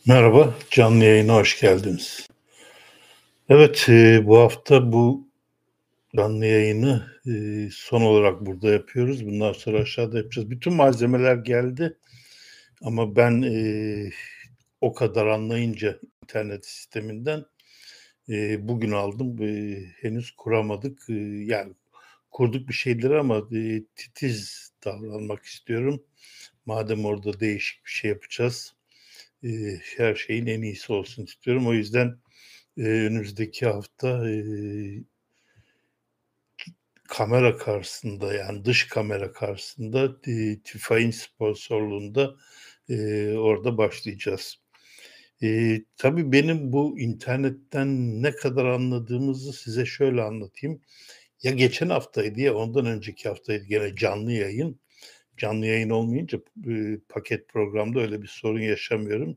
Merhaba, canlı yayına hoş geldiniz. Evet, bu hafta bu canlı yayını, son olarak burada yapıyoruz. Bundan sonra aşağıda yapacağız. Bütün malzemeler geldi ama ben, o kadar anlayınca internet sisteminden, bugün aldım. Henüz kuramadık. Yani kurduk bir şeyleri ama, titiz davranmak istiyorum. Madem orada değişik bir şey yapacağız, her şeyin en iyisi olsun istiyorum. O yüzden önümüzdeki hafta, kamera karşısında, yani dış kamera karşısında, TÜFAİ'nin sponsorluğunda, orada başlayacağız. Tabii benim bu internetten ne kadar anladığımızı size şöyle anlatayım. Ya geçen haftaydı ya ondan önceki haftaydı gene canlı yayın. Canlı yayın olmayınca, paket programda öyle bir sorun yaşamıyorum.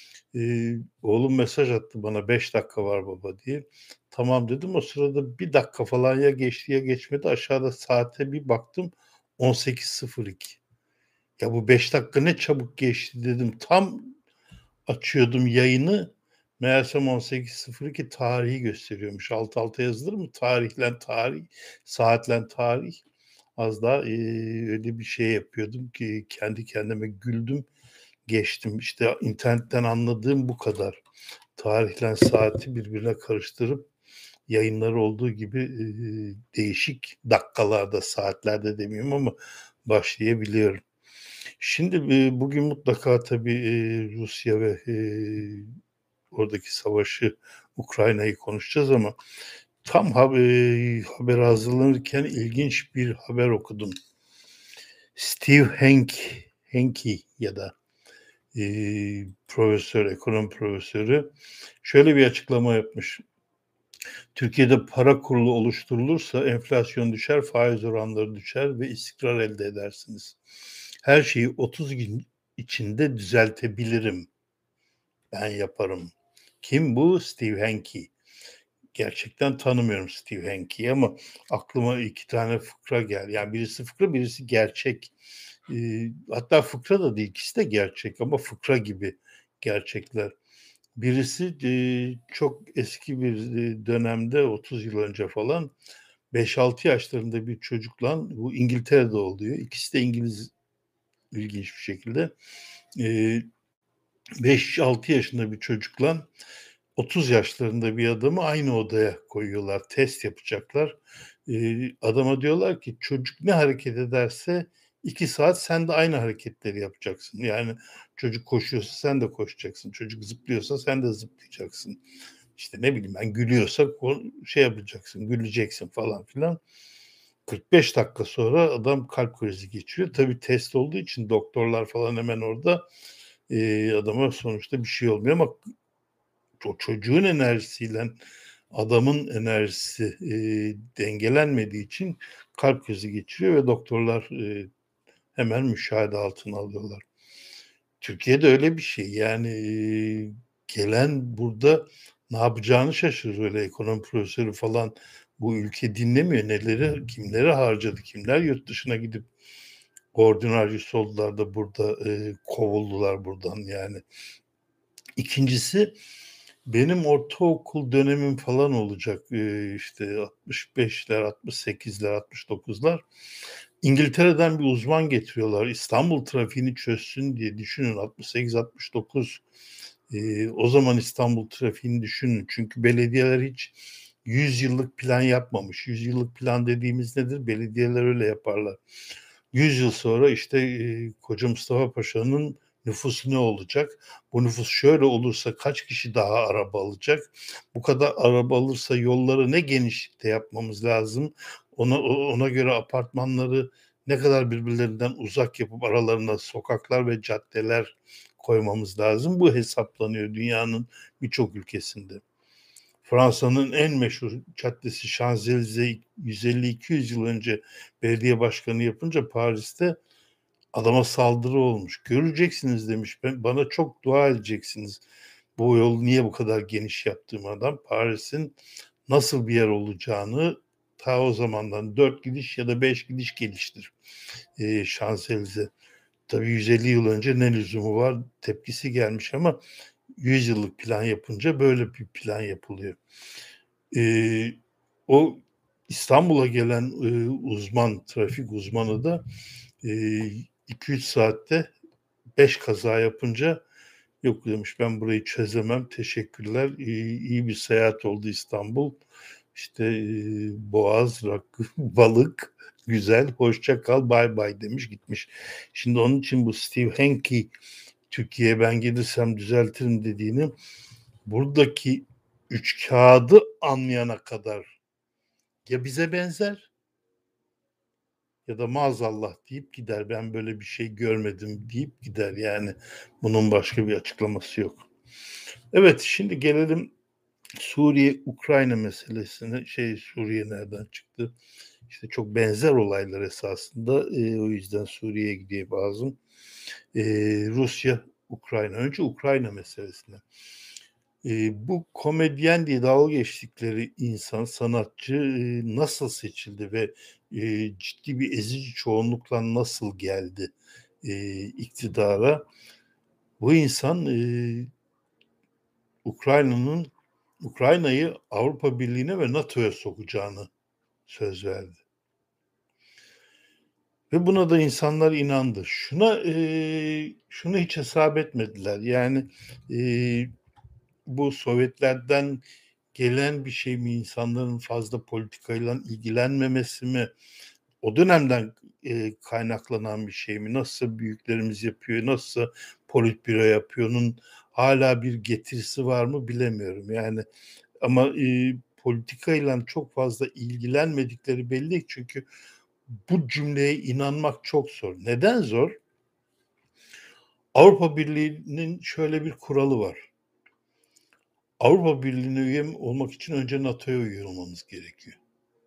Oğlum mesaj attı bana, "5 dakika var baba." diye. "Tamam." dedim. O sırada 1 dakika falan ya geçti ya geçmedi. Aşağıda saate bir baktım 18.02. "Ya, bu 5 dakika ne çabuk geçti." dedim. Tam açıyordum yayını, meğersem 18.02 tarihi gösteriyormuş. Alt alta yazılır mı? Tarihle tarih, saatle tarih. Az daha, öyle bir şey yapıyordum ki kendi kendime güldüm, geçtim. İşte, internetten anladığım bu kadar. Tarihle saati birbirine karıştırıp yayınları olduğu gibi, değişik dakikalarda, saatlerde demeyeyim ama başlayabiliyorum. Şimdi, bugün mutlaka tabii, Rusya ve, oradaki savaşı, Ukrayna'yı konuşacağız ama tam habere hazırlanırken ilginç bir haber okudum. Steve Hanke ya da, profesör, ekonomi profesörü şöyle bir açıklama yapmış. Türkiye'de para kurulu oluşturulursa enflasyon düşer, faiz oranları düşer ve istikrar elde edersiniz. Her şeyi 30 gün içinde düzeltebilirim. Ben yaparım. Kim bu? Steve Hanke. Gerçekten tanımıyorum Steve Hanke'yi ama aklıma 2 tane fıkra geldi. Yani birisi fıkra, birisi gerçek. Hatta fıkra da değil, ikisi de gerçek ama fıkra gibi gerçekler. Birisi, çok eski bir, dönemde 30 yıl önce falan 5-6 yaşlarında bir çocukla bu İngiltere'de oluyor. İkisi de İngiliz ilginç bir şekilde. Eee, 5-6 yaşında bir çocukla 30 yaşlarında bir adamı aynı odaya koyuyorlar. Test yapacaklar. Adama diyorlar ki çocuk ne hareket ederse 2 saat sen de aynı hareketleri yapacaksın. Yani çocuk koşuyorsa sen de koşacaksın. Çocuk zıplıyorsa sen de zıplayacaksın. İşte, ne bileyim ben, gülüyorsa şey yapacaksın, güleceksin falan filan. 45 dakika sonra adam kalp krizi geçiriyor. Tabii test olduğu için doktorlar falan hemen orada, adama sonuçta bir şey olmuyor ama o çocuğun enerjisiyle adamın enerjisi, dengelenmediği için kalp krizi geçiriyor ve doktorlar, hemen müşahede altına alıyorlar. Türkiye'de öyle bir şey. Yani, gelen burada ne yapacağını şaşırır. Öyle ekonomi profesörü falan bu ülke dinlemiyor. Neleri, kimleri harcadı, kimler yurt dışına gidip ordinaryüs oldular da burada, kovuldular buradan yani. İkincisi, benim ortaokul dönemim falan olacak, işte 65'ler, 68'ler, 69'lar. İngiltere'den bir uzman getiriyorlar İstanbul trafiğini çözsün diye. Düşünün 68-69, o zaman İstanbul trafiğini düşünün. Çünkü belediyeler hiç 100 yıllık plan yapmamış. 100 yıllık plan dediğimiz nedir? Belediyeler öyle yaparlar. 100 yıl sonra işte, Koca Mustafa Paşa'nın nüfusu ne olacak? Bu nüfus şöyle olursa kaç kişi daha araba alacak? Bu kadar araba alırsa yolları ne genişlikte yapmamız lazım? Ona göre apartmanları ne kadar birbirlerinden uzak yapıp aralarına sokaklar ve caddeler koymamız lazım. Bu hesaplanıyor dünyanın birçok ülkesinde. Fransa'nın en meşhur caddesi Şanzelize 150-200 yıl önce belediye başkanı yapınca Paris'te adama saldırı olmuş. "Göreceksiniz." demiş. Bana çok dua edeceksiniz. Bu yolu niye bu kadar geniş yaptığım adam Paris'in nasıl bir yer olacağını ta o zamandan 4 gidiş ya da 5 gidiş geliştir, Şanzelize. Tabii 150 yıl önce ne lüzumu var tepkisi gelmiş ama 100 yıllık plan yapınca böyle bir plan yapılıyor. O İstanbul'a gelen, uzman, trafik uzmanı da, 2-3 saatte 5 kaza yapınca, "Yok," demiş, "ben burayı çözemem, teşekkürler, iyi bir seyahat oldu İstanbul. İşte, boğaz, rakı, balık, güzel, hoşça kal, baybay." demiş, gitmiş. Şimdi onun için bu Steve Hanke, "Türkiye'ye ben gelirsem düzeltirim." dediğini buradaki üçkağıdı anlayana kadar ya bize benzer ya da maazallah deyip gider. "Ben böyle bir şey görmedim." deyip gider. Yani bunun başka bir açıklaması yok. Evet, şimdi gelelim Suriye-Ukrayna meselesine. Suriye nereden çıktı? İşte çok benzer olaylar esasında. O yüzden Suriye'ye gidiyor bazım. Rusya-Ukrayna. Önce Ukrayna meselesine. Bu komedyen diye dalga geçtikleri insan, sanatçı, nasıl seçildi ve, ciddi bir ezici çoğunlukla nasıl geldi, iktidara? Bu insan, Ukrayna'nın Ukrayna'yı Avrupa Birliği'ne ve NATO'ya sokacağını söz verdi. Ve buna da insanlar inandı. Şunu hiç hesap etmediler. Yani, bu Sovyetlerden gelen bir şey mi, insanların fazla politikayla ilgilenmemesi mi, o dönemden, kaynaklanan bir şey mi, nasılsa büyüklerimiz yapıyor, nasılsa politbüro yapıyor'nun hâlâ bir getirisi var mı bilemiyorum. Yani ama, politikayla çok fazla ilgilenmedikleri belli çünkü bu cümleye inanmak çok zor. Neden zor? Avrupa Birliği'nin şöyle bir kuralı var. Avrupa Birliği'ne üye olmak için önce NATO'ya üye olmamız gerekiyor.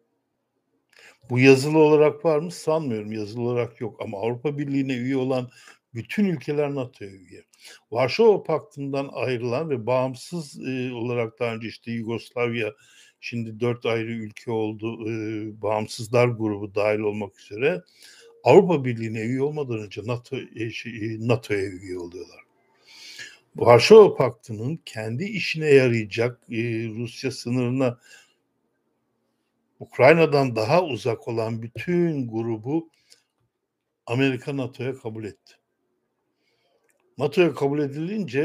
Bu yazılı olarak var mı? Sanmıyorum. Yazılı olarak yok ama Avrupa Birliği'ne üye olan bütün ülkeler NATO'ya üye. Varşova Paktı'ndan ayrılan ve bağımsız, olarak daha önce, işte, Yugoslavya, şimdi 4 ayrı ülke oldu, bağımsızlar grubu dâhil olmak üzere Avrupa Birliği'ne üye olmadan önce NATO'ya üye oluyorlar. Varşova Paktı'nın kendi işine yarayacak, Rusya sınırına Ukrayna'dan daha uzak olan bütün grubu Amerika NATO'ya kabul etti. NATO'ya kabul edilince,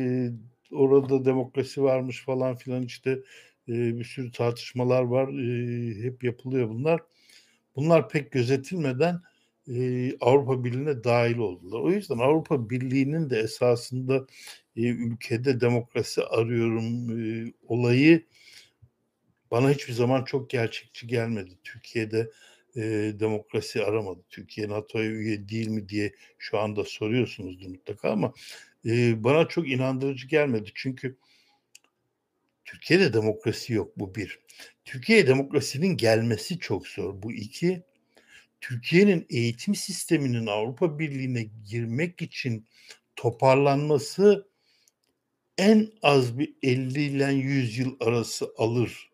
orada demokrasi varmış falan filan, işte, bir sürü tartışmalar var. Hep yapılıyor bunlar. Bunlar pek gözetilmeden, Avrupa Birliği'ne dâhil oldular. O yüzden Avrupa Birliği'nin de esasında, ülkede demokrasi arıyorum, olayı bana hiçbir zaman çok gerçekçi gelmedi. Türkiye'de, demokrasi aramadı. Türkiye NATO'ya üye değil mi diye şu anda soruyorsunuzdur mutlaka ama, bana çok inandırıcı gelmedi. Çünkü Türkiye'de demokrasi yok, bu bir. Türkiye'ye demokrasinin gelmesi çok zor, bu 2. Türkiye'nin eğitim sisteminin Avrupa Birliği'ne girmek için toparlanması en az bir 50 ile 100 yıl arası alır.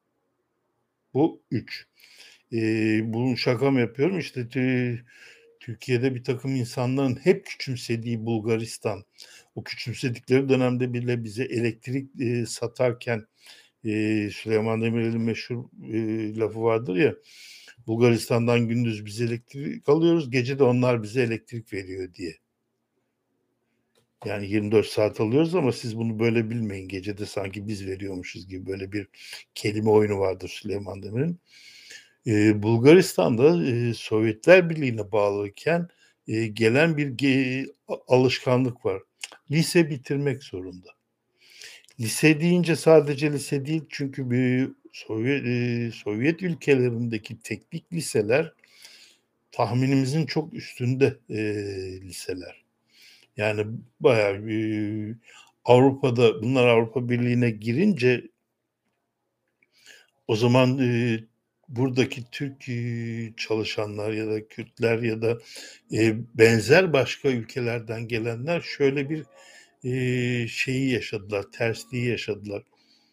Bu 3. Bunu şaka mı yapıyorum? İşte, Türkiye'de birtakım insanların hep küçümsediği Bulgaristan, o küçümsedikleri dönemde bile bize elektrik, satarken, Süleyman Demirel'in meşhur, lafı vardır ya, "Bulgaristan'dan gündüz biz elektrik alıyoruz, gece de onlar bize elektrik veriyor." diye. Yani 24 saat alıyoruz ama siz bunu böyle bilmeyin, gece de sanki biz veriyormuşuz gibi böyle bir kelime oyunu vardır Süleyman Demirel'in. Bulgaristan'da, Sovyetler Birliği'ne bağlıyken, gelen bir alışkanlık var. Lise bitirmek zorunda. Lise deyince sadece lise değil çünkü Sovyet ülkelerindeki teknik liseler tahminimizin çok üstünde, liseler. Yani bayağı, Avrupa'da bunlar Avrupa Birliği'ne girince o zaman, buradaki Türk, çalışanlar ya da Kürtler ya da, benzer başka ülkelerden gelenler şöyle bir, şeyi yaşadılar, tersliği yaşadılar.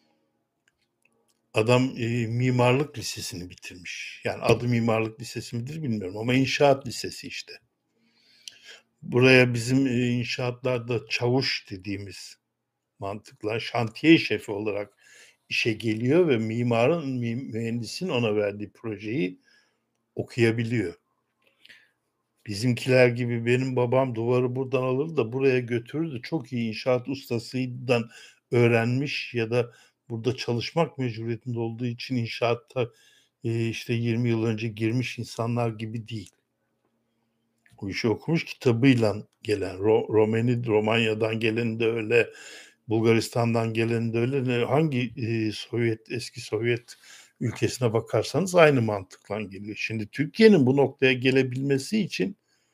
Adam, mimarlık lisesini bitirmiş. Yani adı mimarlık lisesi midir bilmiyorum ama inşaat lisesi işte. Buraya bizim, inşaatlarda çavuş dediğimiz mantıkla şantiye şefi olarak işe geliyor ve mimarın, mühendisin ona verdiği projeyi okuyabiliyor. Bizimkiler gibi benim babam duvarı buradan alır da buraya götürürdü. Çok iyi inşaat ustasından öğrenmiş ya da burada çalışmak mecburiyetinde olduğu için inşaatta, işte 20 yıl önce girmiş insanlar gibi değil. Bu işi okumuş, kitabıyla gelen, Romanya'dan geleni de öyle, Bulgaristan'dan geleni de öyle. Hangi, eski Sovyet ülkesine bakarsanız aynı mantıkla geliyor. Şimdi Türkiye'nin bu noktaya gelebilmesi için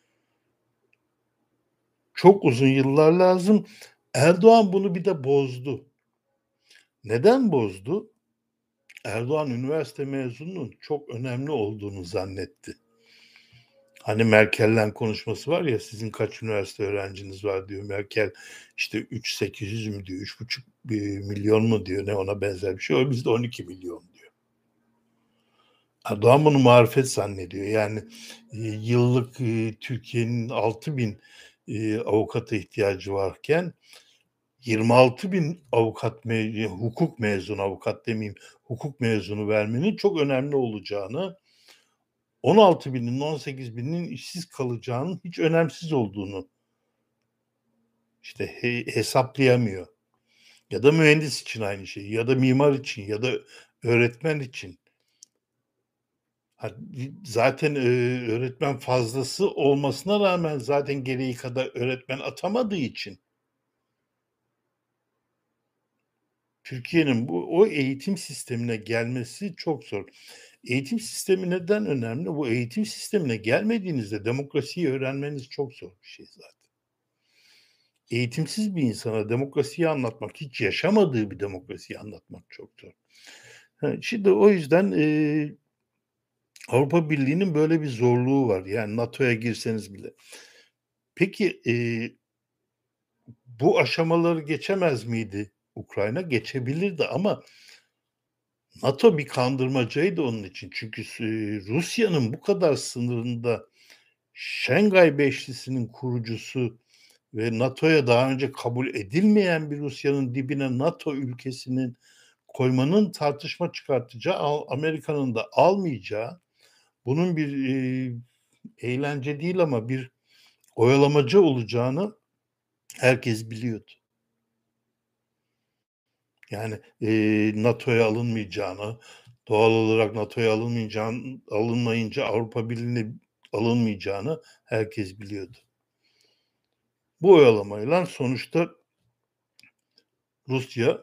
çok uzun yıllar lazım. Erdoğan bunu bir de bozdu. Neden bozdu? Erdoğan üniversite mezununun çok önemli olduğunu zannetti. Hani Merkel'le konuşması var ya, sizin kaç üniversite öğrenciniz var diyor. Merkel işte 3.800 mü diyor, 3,5 milyon mu diyor, ne ona benzer bir şey. O bizde 12 milyon diyor. Erdoğan bunu marifet zannediyor. Yani yıllık Türkiye'nin 6.000 avukata ihtiyacı varken 26.000 hukuk mezunu, avukat demeyeyim, hukuk mezunu vermenin çok önemli olacağını, 16.000'in 18.000'in işsiz kalacağının hiç önemsiz olduğunu işte hesaplayamıyor. Ya da mühendis için aynı şey, ya da mimar için, ya da öğretmen için. Zaten öğretmen fazlası olmasına rağmen zaten gereği kadar öğretmen atamadığı için Türkiye'nin o eğitim sistemine gelmesi çok zor. Eğitim sistemi neden önemli? Bu eğitim sistemine gelmediğinizde demokrasiyi öğrenmeniz çok zor bir şey zaten. Eğitimsiz bir insana demokrasiyi anlatmak, hiç yaşamadığı bir demokrasiyi anlatmak çok zor. Şimdi o yüzden, Avrupa Birliği'nin böyle bir zorluğu var. Yani NATO'ya girseniz bile. Peki, bu aşamaları geçemez miydi Ukrayna? Geçebilirdi ama NATO bir kandırmacaydı onun için. Çünkü Rusya'nın bu kadar sınırında Şengay Beşlisi'nin kurucusu ve NATO'ya daha önce kabul edilmeyen bir Rusya'nın dibine NATO ülkesinin koymanın tartışma çıkartacağı, Amerika'nın da almayacağı, bunun bir, eğlence değil ama bir oyalamacı olacağını herkes biliyordu. Yani, NATO'ya alınmayacağını, doğal olarak NATO'ya alınmayınca Avrupa Birliği'ne alınmayacağını herkes biliyordu. Bu oyalamayla sonuçta Rusya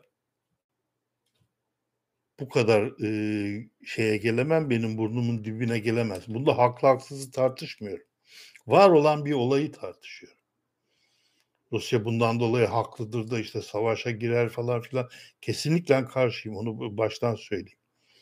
bu kadar, şeye gelemem, benim burnumun dibine gelemez. Bunda haklı haksızı tartışmıyorum. Var olan bir olayı tartışıyorum. Rusya bundan dolayı haklıdır da işte savaşa girer falan filan. Kesinlikle karşıyım. Onu baştan söyleyeyim.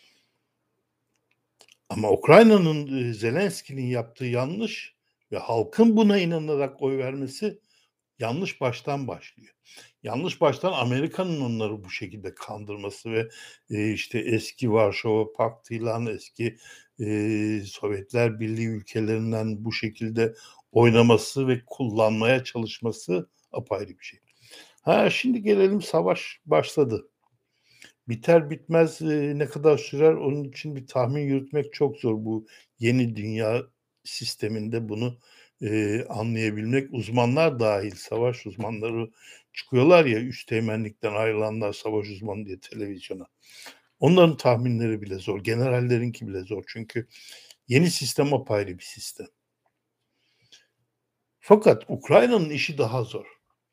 Ama Ukrayna'nın, Zelenski'nin yaptığı yanlış ve halkın buna inanarak oy vermesi yanlış baştan başlıyor. Yanlış baştan Amerika'nın onları bu şekilde kandırması ve, işte eski Varşova Paktı'yla eski, Sovyetler Birliği ülkelerinden bu şekilde oynaması ve kullanmaya çalışması apayrı bir şey. Şimdi gelelim, savaş başladı. Biter bitmez, ne kadar sürer onun için bir tahmin yürütmek çok zor. Bu yeni dünya sisteminde bunu, anlayabilmek, uzmanlar dâhil, savaş uzmanları çıkıyorlar ya, üsteğmenlikten ayrılanlar savaş uzmanı diye televizyona. Onların tahminleri bile zor, generallerinki bile zor. Çünkü yeni sistem apayrı bir sistem. Fakat Ukrayna'nın işi daha zor.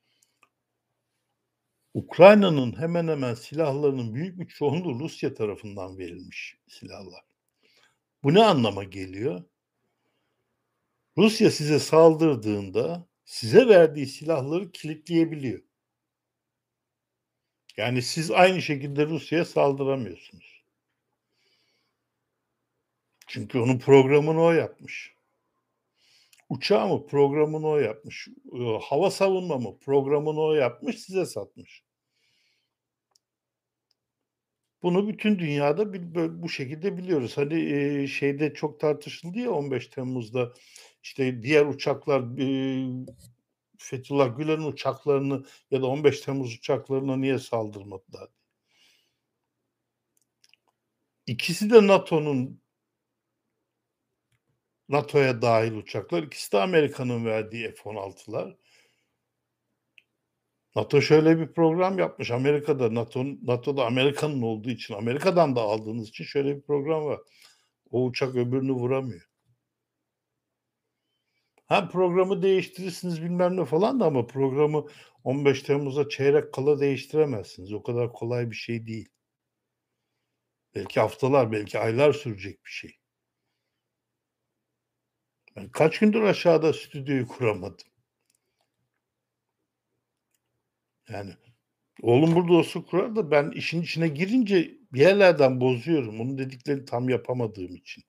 Ukrayna'nın hemen hemen silahlarının büyük bir çoğunluğu Rusya tarafından verilmiş silahlar. Bu ne anlama geliyor? Rusya size saldırdığında size verdiği silahları kilitleyebiliyor. Yani siz aynı şekilde Rusya'ya saldıramıyorsunuz. Çünkü onun programını o yapmış. Uçağı mı? Programını o yapmış. Hava savunma mı? Programını o yapmış, size satmış. Bunu bütün dünyada bu şekilde biliyoruz. Hani, şeyde çok tartışıldı ya 15 Temmuz'da, işte, diğer uçaklar, Fethullah Gülen'in uçaklarını ya da 15 Temmuz uçaklarına niye saldırmadılar? İkisi de NATO'ya dahil uçaklar. İkisi de Amerika'nın verdiği F-16'lar. NATO şöyle bir program yapmış. NATO'da Amerika'nın olduğu için, Amerika'dan da aldığınız için şöyle bir program var. O uçak öbürünü vuramıyor. Ha, programı değiştirirsiniz bilmem ne falan da ama programı 15 Temmuz'a çeyrek kala değiştiremezsiniz. O kadar kolay bir şey değil. Belki haftalar, belki aylar sürecek bir şey. Ben kaç gündür aşağıda stüdyoyu kuramadım. Yani oğlum burada olsa kurar da ben işin içine girince bir yerlerden bozuyorum. Onun dediklerini tam yapamadığım için.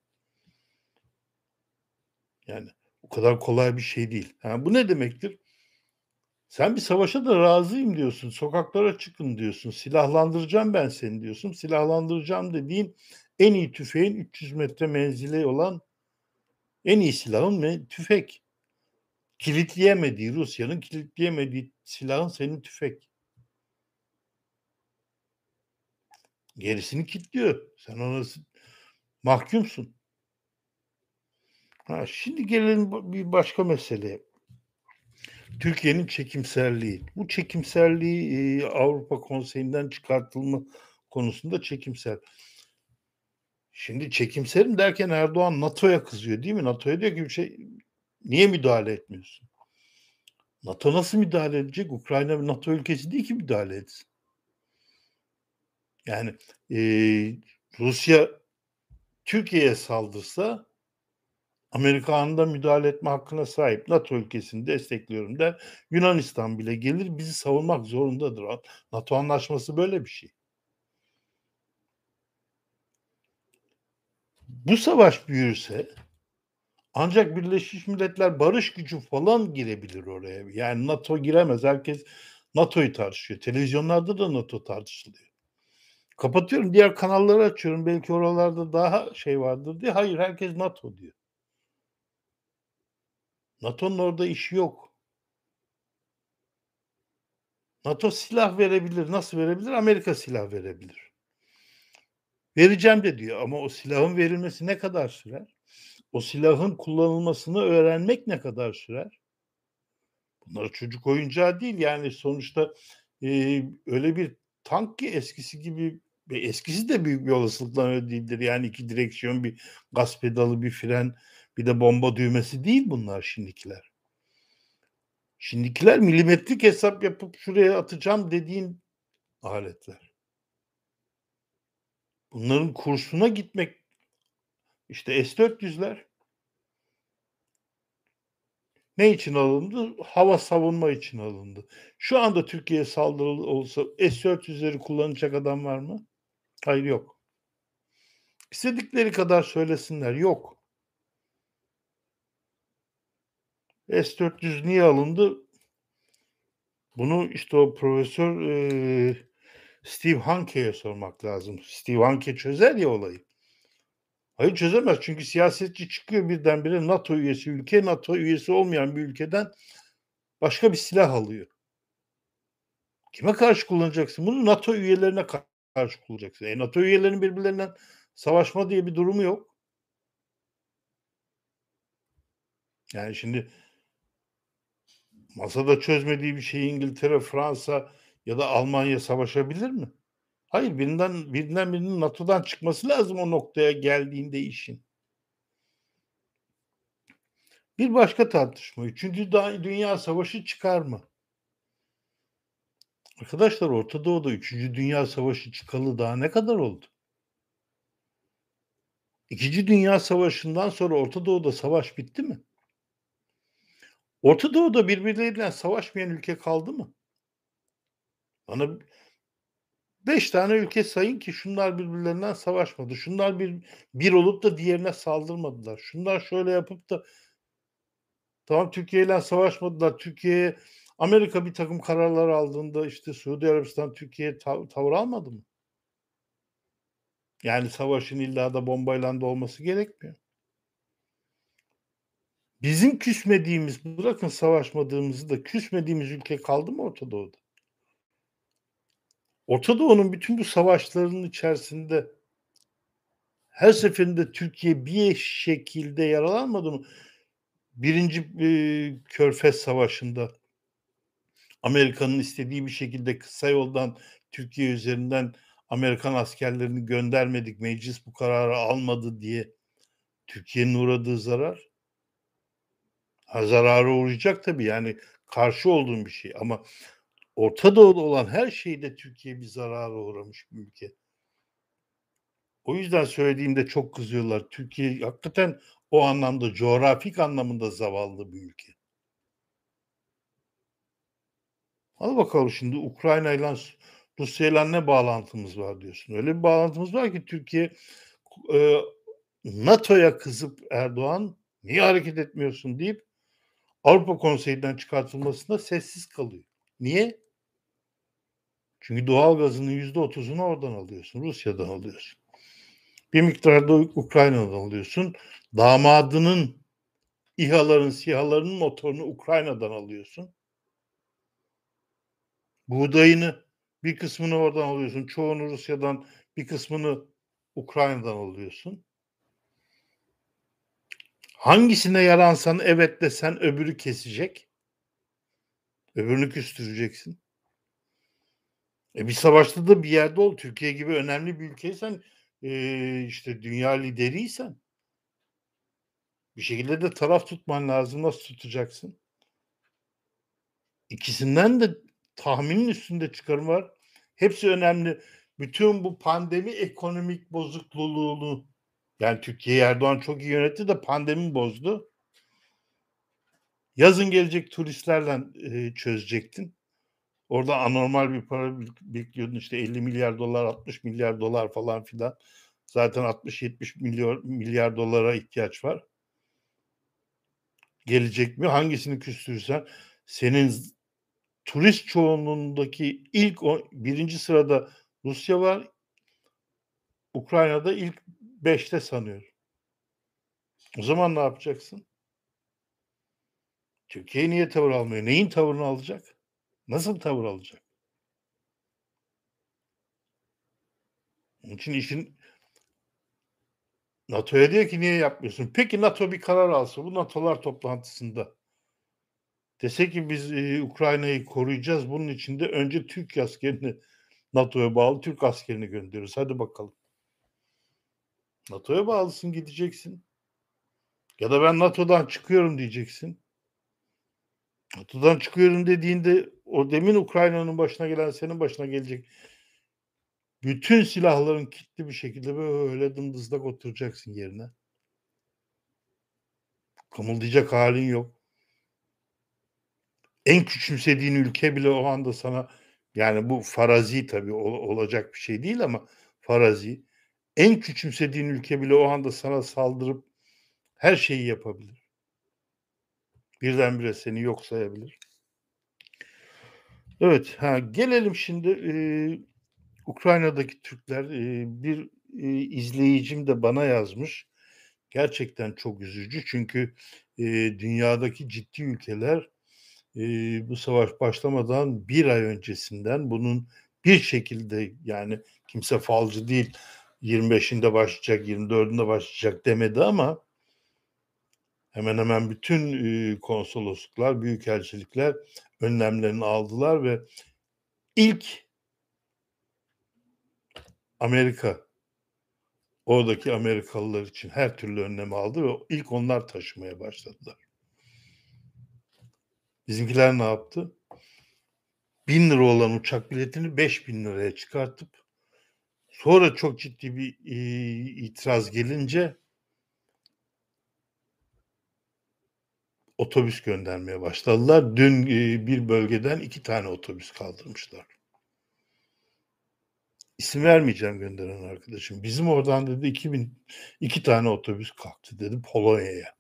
Yani o kadar kolay bir şey değil. Ha, bu ne demektir? Sen bir savaşa da razıyım diyorsun. Sokaklara çıkın diyorsun. Silahlandıracağım ben seni diyorsun. Silahlandıracağım dediğin en iyi tüfeğin 300 metre menzili olan en iyi silahın tüfek. Rusya'nın kilitleyemediği silahın senin tüfek. Gerisini kilitliyor. Sen ona mahkumsun. Ha, şimdi gelelim bir başka meseleye. Türkiye'nin çekimserliği. Bu çekimserliği Avrupa Konseyi'nden çıkartılma konusunda çekimser. Şimdi çekimserim derken Erdoğan NATO'ya kızıyor değil mi? NATO'ya diyor ki bir şey, niye müdahale etmiyorsun? NATO nasıl müdahale edecek? Ukrayna bir NATO ülkesi değil ki müdahale etsin. Yani e, Rusya Türkiye'ye saldırsa Amerika anında müdahale etme hakkına sahip. NATO ülkesini destekliyorum der. Yunanistan bile gelir bizi savunmak zorundadır. NATO anlaşması böyle bir şey. Bu savaş büyürse ancak Birleşmiş Milletler barış gücü falan girebilir oraya. Yani NATO giremez. Herkes NATO'yu tartışıyor. Televizyonlarda da NATO tartışılıyor. Kapatıyorum, diğer kanalları açıyorum. Belki oralarda daha şey vardır diye. Hayır, herkes NATO diyor. NATO'nun orada işi yok. NATO silah verebilir. Nasıl verebilir? Amerika silah verebilir. Vereceğim de diyor ama o silahın verilmesi ne kadar sürer? O silahın kullanılmasını öğrenmek ne kadar sürer? Bunlar çocuk oyuncağı değil. Yani sonuçta öyle bir tank ki eskisi gibi ve eskisi de büyük bir olasılıkla öyle değildir. Yani 2 direksiyon, bir gaz pedalı, bir fren, bir de bomba düğmesi değil bunlar şimdikiler. Şimdikiler milimetrik hesap yapıp şuraya atacağım dediğin aletler. Bunların kursuna gitmek işte S-400'ler ne için alındı? Hava savunma için alındı. Şu anda Türkiye'ye saldırı olsa S-400'leri kullanacak adam var mı? Hayır, yok. İstedikleri kadar söylesinler, yok. S-400 niye alındı? Bunu işte o Profesör Steve Hanke'ye sormak lazım. Steve Hanke çözer ya olayı. Hayır, çözemez çünkü siyasetçi çıkıyor birdenbire NATO üyesi ülke, NATO üyesi olmayan bir ülkeden başka bir silah alıyor. Kime karşı kullanacaksın? Bunu NATO üyelerine karşı kullanacaksın. NATO üyelerinin birbirlerinden savaşma diye bir durumu yok. Yani şimdi masada çözmediği bir şeyi İngiltere, Fransa ya da Almanya savaşabilir mi? Hayır, birinden birinin NATO'dan çıkması lazım o noktaya geldiğinde işin. Bir başka tartışma, 3. Dünya Savaşı çıkar mı? Arkadaşlar, Orta Doğu'da 3. Dünya Savaşı çıkalı daha ne kadar oldu? 2. Dünya Savaşı'ndan sonra Orta Doğu'da savaş bitti mi? Orta Doğu'da birbirleriyle savaşmayan ülke kaldı mı? Bana 5 tane ülke sayın ki şunlar birbirlerinden savaşmadı. Şunlar bir olup da diğerine saldırmadılar. Şunlar şöyle yapıp da tamam, Türkiye'yle savaşmadılar. Amerika bir takım kararlar aldığında işte Suudi Arabistan Türkiye'ye tavır almadı mı? Yani savaşın illa da bombayla da olması gerekmiyor. Bizim küsmediğimiz, bırakın savaşmadığımızı da küsmediğimiz ülke kaldı mı Orta Doğu'da? Orta Doğu'nun bütün bu savaşlarının içerisinde her seferinde Türkiye bir şekilde yaralanmadı mı? 1. Körfez Savaşı'nda Amerika'nın istediği bir şekilde kısa yoldan Türkiye üzerinden Amerikan askerlerini göndermedik, meclis bu kararı almadı diye Türkiye'nin uğradığı zarar. Zarara uğrayacak tabii, yani karşı olduğum bir şey ama Orta Doğu'da olan her şeyde Türkiye bir zarara uğramış bir ülke. O yüzden söylediğimde çok kızıyorlar. Türkiye hakikaten o anlamda, coğrafik anlamında zavallı bir ülke. Al bakalım şimdi Ukrayna'yla Rusya'yla ne bağlantımız var diyorsun. Öyle bir bağlantımız var ki Türkiye NATO'ya kızıp Erdoğan niye hareket etmiyorsun deyip Avrupa Konseyi'nden çıkartılmasında sessiz kalıyor. Niye? Çünkü doğal gazının %30'unu oradan alıyorsun, Rusya'dan alıyorsun. Bir miktar da Ukrayna'dan alıyorsun. Damadının İHA'ların, SİHA'ların motorunu Ukrayna'dan alıyorsun. Buğdayını bir kısmını oradan alıyorsun. Çoğunu Rusya'dan, bir kısmını Ukrayna'dan alıyorsun. Hangisine yaransan evet desen öbürü kesecek. Öbürünü küstüreceksin. Bir savaşta da bir yerde ol. Türkiye gibi önemli bir ülkeysen, işte dünya lideriysen bir şekilde de taraf tutman lazım. Nasıl tutacaksın? İkisinden de tahminin üstünde çıkarım var. Hepsi önemli. Bütün bu pandemi ekonomik bozukluğunu, yani Türkiye Erdoğan çok iyi yönetti de pandemi bozdu. Yazın gelecek turistlerle çözecektin. Orada anormal bir para bekliyordun, işte 50 milyar dolar, 60 milyar dolar falan filan. Zaten 60-70 milyar dolara ihtiyaç var. Gelecek mi? Hangisini küstürürsen senin turist çoğunluğundaki ilk birinci sırada Rusya var. Ukrayna'da ilk 5'te sanıyorum. O zaman ne yapacaksın? Türkiye niye tavır almıyor? Neyin tavırını alacak? Nasıl tavır alacak? Onun için işin NATO'ya diyor ki niye yapmıyorsun? Peki NATO bir karar alsa bu NATO'lar toplantısında dese ki biz Ukrayna'yı koruyacağız. Bunun için de önce Türk askerini NATO'ya bağlı Türk askerini gönderiyoruz. Hadi bakalım. NATO'ya bağlısın, gideceksin. Ya da ben NATO'dan çıkıyorum diyeceksin. NATO'dan çıkıyorum dediğinde o demin Ukrayna'nın başına gelen senin başına gelecek. Bütün silahların kilitli bir şekilde böyle dımdızlak oturacaksın yerine. Kımıldayacak halin yok. En küçümsediğin ülke bile o anda sana, yani bu farazi tabii olacak bir şey değil ama farazi. En küçümsediğin ülke bile o anda sana saldırıp her şeyi yapabilir. Birdenbire seni yok sayabilir. Evet, gelelim şimdi Ukrayna'daki Türkler, bir izleyicim de bana yazmış. Gerçekten çok üzücü çünkü dünyadaki ciddi ülkeler bu savaş başlamadan bir ay öncesinden bunun bir şekilde, yani kimse falcı değil, 25'inde başlayacak, 24'ünde başlayacak demedi ama hemen hemen bütün konsolosluklar, büyükelçilikler önlemlerini aldılar ve ilk Amerika oradaki Amerikalılar için her türlü önlemi aldı ve ilk onlar taşımaya başladılar. Bizimkiler ne yaptı? 1.000 lira olan uçak biletini 5.000 liraya çıkartıp sonra çok ciddi bir itiraz gelince otobüs göndermeye başladılar. Dün bir bölgeden 2 tane otobüs kaldırmışlar. İsim vermeyeceğim gönderen arkadaşım. Bizim oradan dedi 2 tane otobüs kalktı dedi Polonya'ya.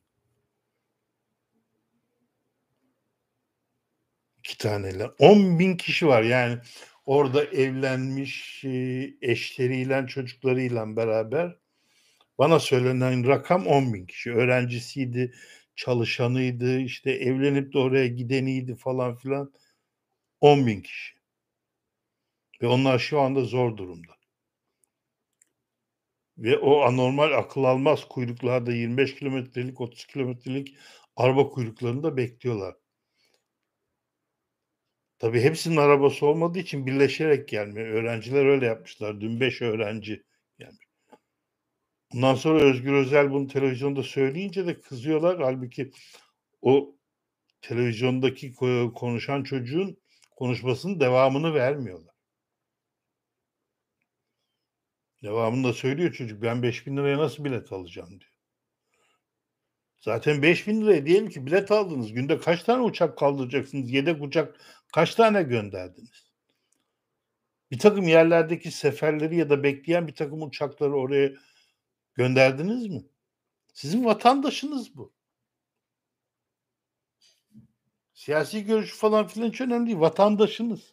2 taneyle. 10.000 kişi var yani orada evlenmiş, eşleriyle, çocuklarıyla beraber bana söylenen rakam 10.000 kişi. Öğrencisiydi, çalışanıydı, işte evlenip de oraya gideniydi falan filan. 10.000 kişi. Ve onlar şu anda zor durumda. Ve o anormal akıl almaz kuyruklarda 25 kilometrelik, 30 kilometrelik araba kuyruklarında bekliyorlar. Tabii hepsinin arabası olmadığı için birleşerek gelmiyor. Öğrenciler öyle yapmışlar. Dün 5 öğrenci gelmiş. Ondan sonra Özgür Özel bunu televizyonda söyleyince de kızıyorlar. Halbuki o televizyondaki konuşan çocuğun konuşmasının devamını vermiyorlar. Devamında söylüyor çocuk, ben 5.000 liraya nasıl bilet alacağım diyor. Zaten 5.000 liraya diyelim ki bilet aldınız. Günde kaç tane uçak kaldıracaksınız? Yedek uçak kaç tane gönderdiniz? Bir takım yerlerdeki seferleri ya da bekleyen bir takım uçakları oraya gönderdiniz mi? Sizin vatandaşınız bu. Siyasi görüşü falan filan hiç önemli değil. Vatandaşınız.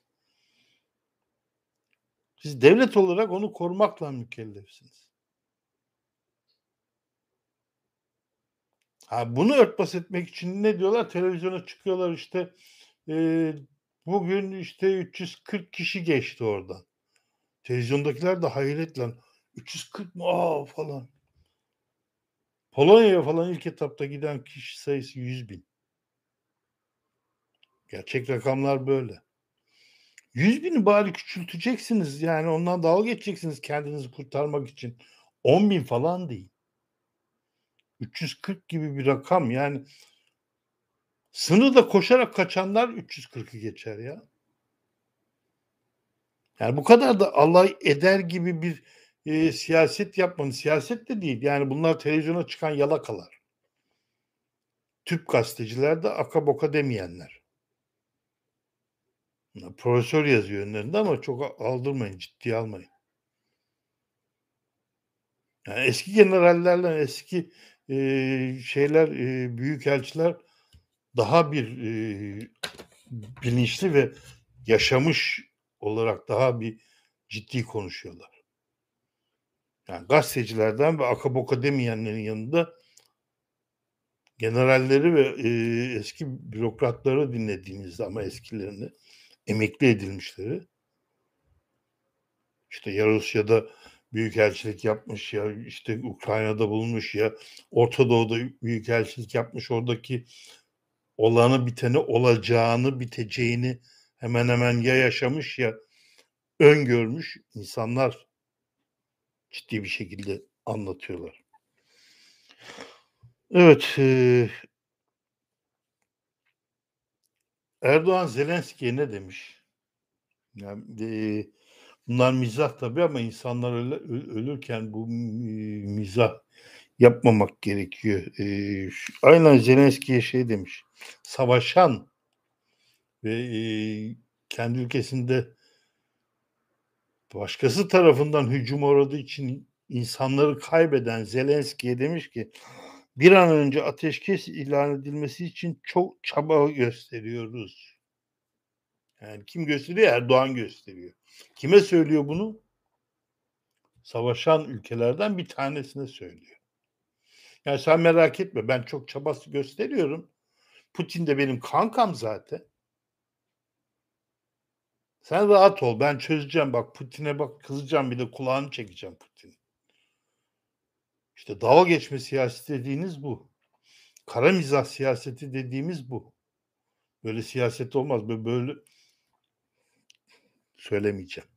Siz devlet olarak onu korumakla mükellefsiniz. Bunu örtbas etmek için ne diyorlar? Televizyona çıkıyorlar işte bugün işte 340 kişi geçti oradan. Televizyondakiler de hayretle 340 mı? Falan. Polonya'ya falan ilk etapta giden kişi sayısı 100.000. Gerçek rakamlar böyle. 100.000'i bari küçülteceksiniz. Yani ondan dalga geçeceksiniz kendinizi kurtarmak için. 10.000 falan değil. 340 gibi bir rakam yani. Sınırda koşarak kaçanlar 340'ı geçer ya. Yani bu kadar da alay eder gibi bir siyaset yapmanın, siyaset de değil. Yani bunlar televizyona çıkan yalakalar. Tüp gazeteciler de aka boka demeyenler. Profesör yazıyor önlerinde ama çok aldırmayın, ciddiye almayın. Yani eski generallerle eski şeyler, büyükelçiler daha bir bilinçli ve yaşamış olarak daha bir ciddi konuşuyorlar. Yani gazetecilerden ve aka boka demeyenlerin yanında generalleri ve eski bürokratları dinlediğinizde ama eskilerini, emekli edilmişleri, işte ya Rusya'da büyükelçilik yapmış ya işte Ukrayna'da bulunmuş ya Orta Doğu'da büyükelçilik yapmış, oradaki olanı biteni, olacağını biteceğini hemen hemen ya yaşamış ya öngörmüş insanlar ciddi bir şekilde anlatıyorlar. Evet, Erdoğan Zelenski'ye ne demiş? Yani, bunlar mizah tabii ama insanlar ölürken bu mizah yapmamak gerekiyor. Aynen Zelenski'ye şey demiş, savaşan ve kendi ülkesinde başkası tarafından hücuma uğradığı için insanları kaybeden Zelenski'ye demiş ki, bir an önce ateşkes ilan edilmesi için çok çaba gösteriyoruz. Yani kim gösteriyor? Erdoğan gösteriyor. Kime söylüyor bunu? Savaşan ülkelerden bir tanesine söylüyor. Yani sen merak etme, ben çok çaba gösteriyorum. Putin de benim kankam zaten. Sen rahat ol, ben çözeceğim. Bak Putin'e bak kızacağım, bir de kulağını çekeceğim Putin'in. İşte dalga geçme siyaseti dediğiniz bu. Kara mizah siyaseti dediğimiz bu. Böyle siyaset olmaz. Böyle söylemeyeceğim.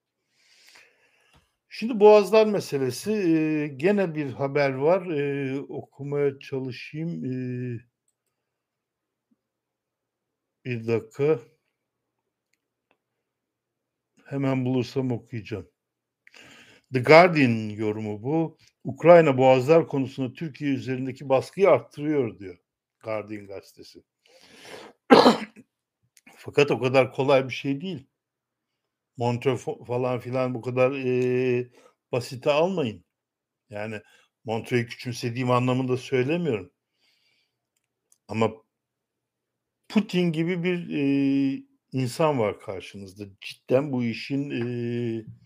Şimdi Boğazlar meselesi, gene bir haber var. Okumaya çalışayım. Bir dakika. Hemen bulursam okuyacağım. The Guardian yorumu bu. Ukrayna Boğazlar konusunda Türkiye üzerindeki baskıyı arttırıyor diyor Guardian gazetesi. Fakat o kadar kolay bir şey değil. Montreux falan filan bu kadar basite almayın. Yani Montreux'u küçümsediğim anlamında söylemiyorum. Ama Putin gibi bir insan var karşınızda. Cidden bu işin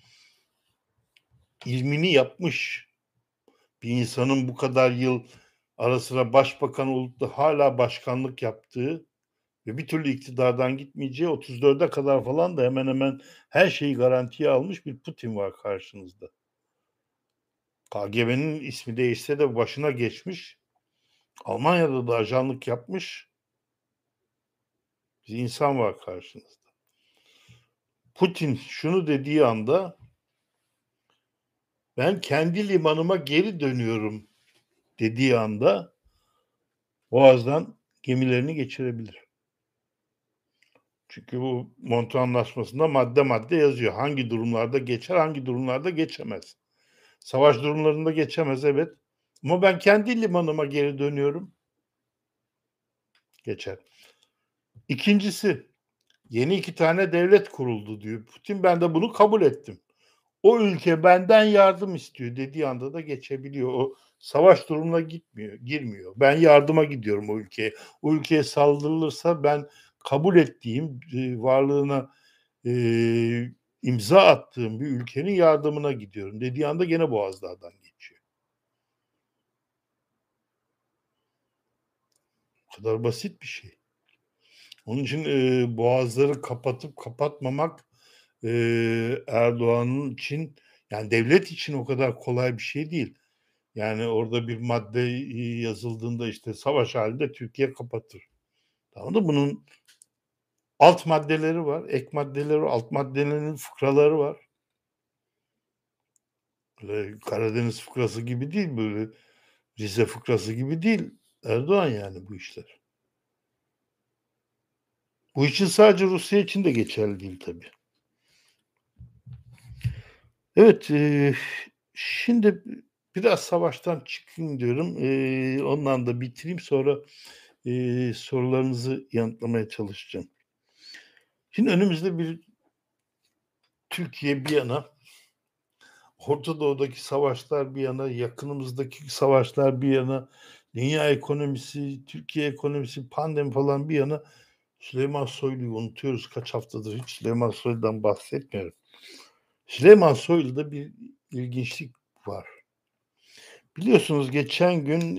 ilmini yapmış bir insanın bu kadar yıl ara sıra başbakan olup da hâlâ başkanlık yaptığı ve bir türlü iktidardan gitmeyeceği 34'e kadar falan da hemen hemen her şeyi garantiye almış bir Putin var karşınızda. KGB'nin ismi değişse de başına geçmiş. Almanya'da da ajanlık yapmış bir insan var karşınızda. Putin şunu dediği anda ben kendi limanıma geri dönüyorum dediği anda Boğaz'dan gemilerini geçirebilir. Çünkü bu Montreux Anlaşması'nda madde madde yazıyor. Hangi durumlarda geçer, hangi durumlarda geçemez. Savaş durumlarında geçemez, evet. Ama ben kendi limanıma geri dönüyorum. Geçer. İkincisi, yeni 2 tane devlet kuruldu diyor Putin. Ben de bunu kabul ettim. O ülke benden yardım istiyor dediği anda da geçebiliyor. O savaş durumuna girmiyor. Ben yardıma gidiyorum o ülkeye. O ülkeye saldırılırsa ben kabul ettiğim, varlığına imza attığım bir ülkenin yardımına gidiyorum dediği anda gene Boğazlar'dan geçiyor. O kadar basit bir şey. Onun için boğazları kapatıp kapatmamak Erdoğan'ın için yani devlet için o kadar kolay bir şey değil. Yani orada bir madde yazıldığında işte savaş halinde Türkiye kapatır. Tamam da bunun alt maddeleri var, ek maddeleri var, alt maddelerin fıkraları var. Böyle Karadeniz fıkrası gibi değil, böyle Rize fıkrası gibi değil. Erdoğan yani bu işler. Bu için sadece Rusya için de geçerli değil tabii. Evet, şimdi biraz savaştan çıkayım diyorum. Ondan da bitireyim sonra, sorularınızı yanıtlamaya çalışacağım. Şimdi önümüzde bir Türkiye bir yana, Orta Doğu'daki savaşlar bir yana, yakınımızdaki savaşlar bir yana, dünya ekonomisi, Türkiye ekonomisi, pandemi falan bir yana Süleyman Soylu'yu unutuyoruz. Kaç haftadır hiç Süleyman Soylu'dan bahsetmiyorum. Süleyman Soylu'da bir ilginçlik var. Biliyorsunuz geçen gün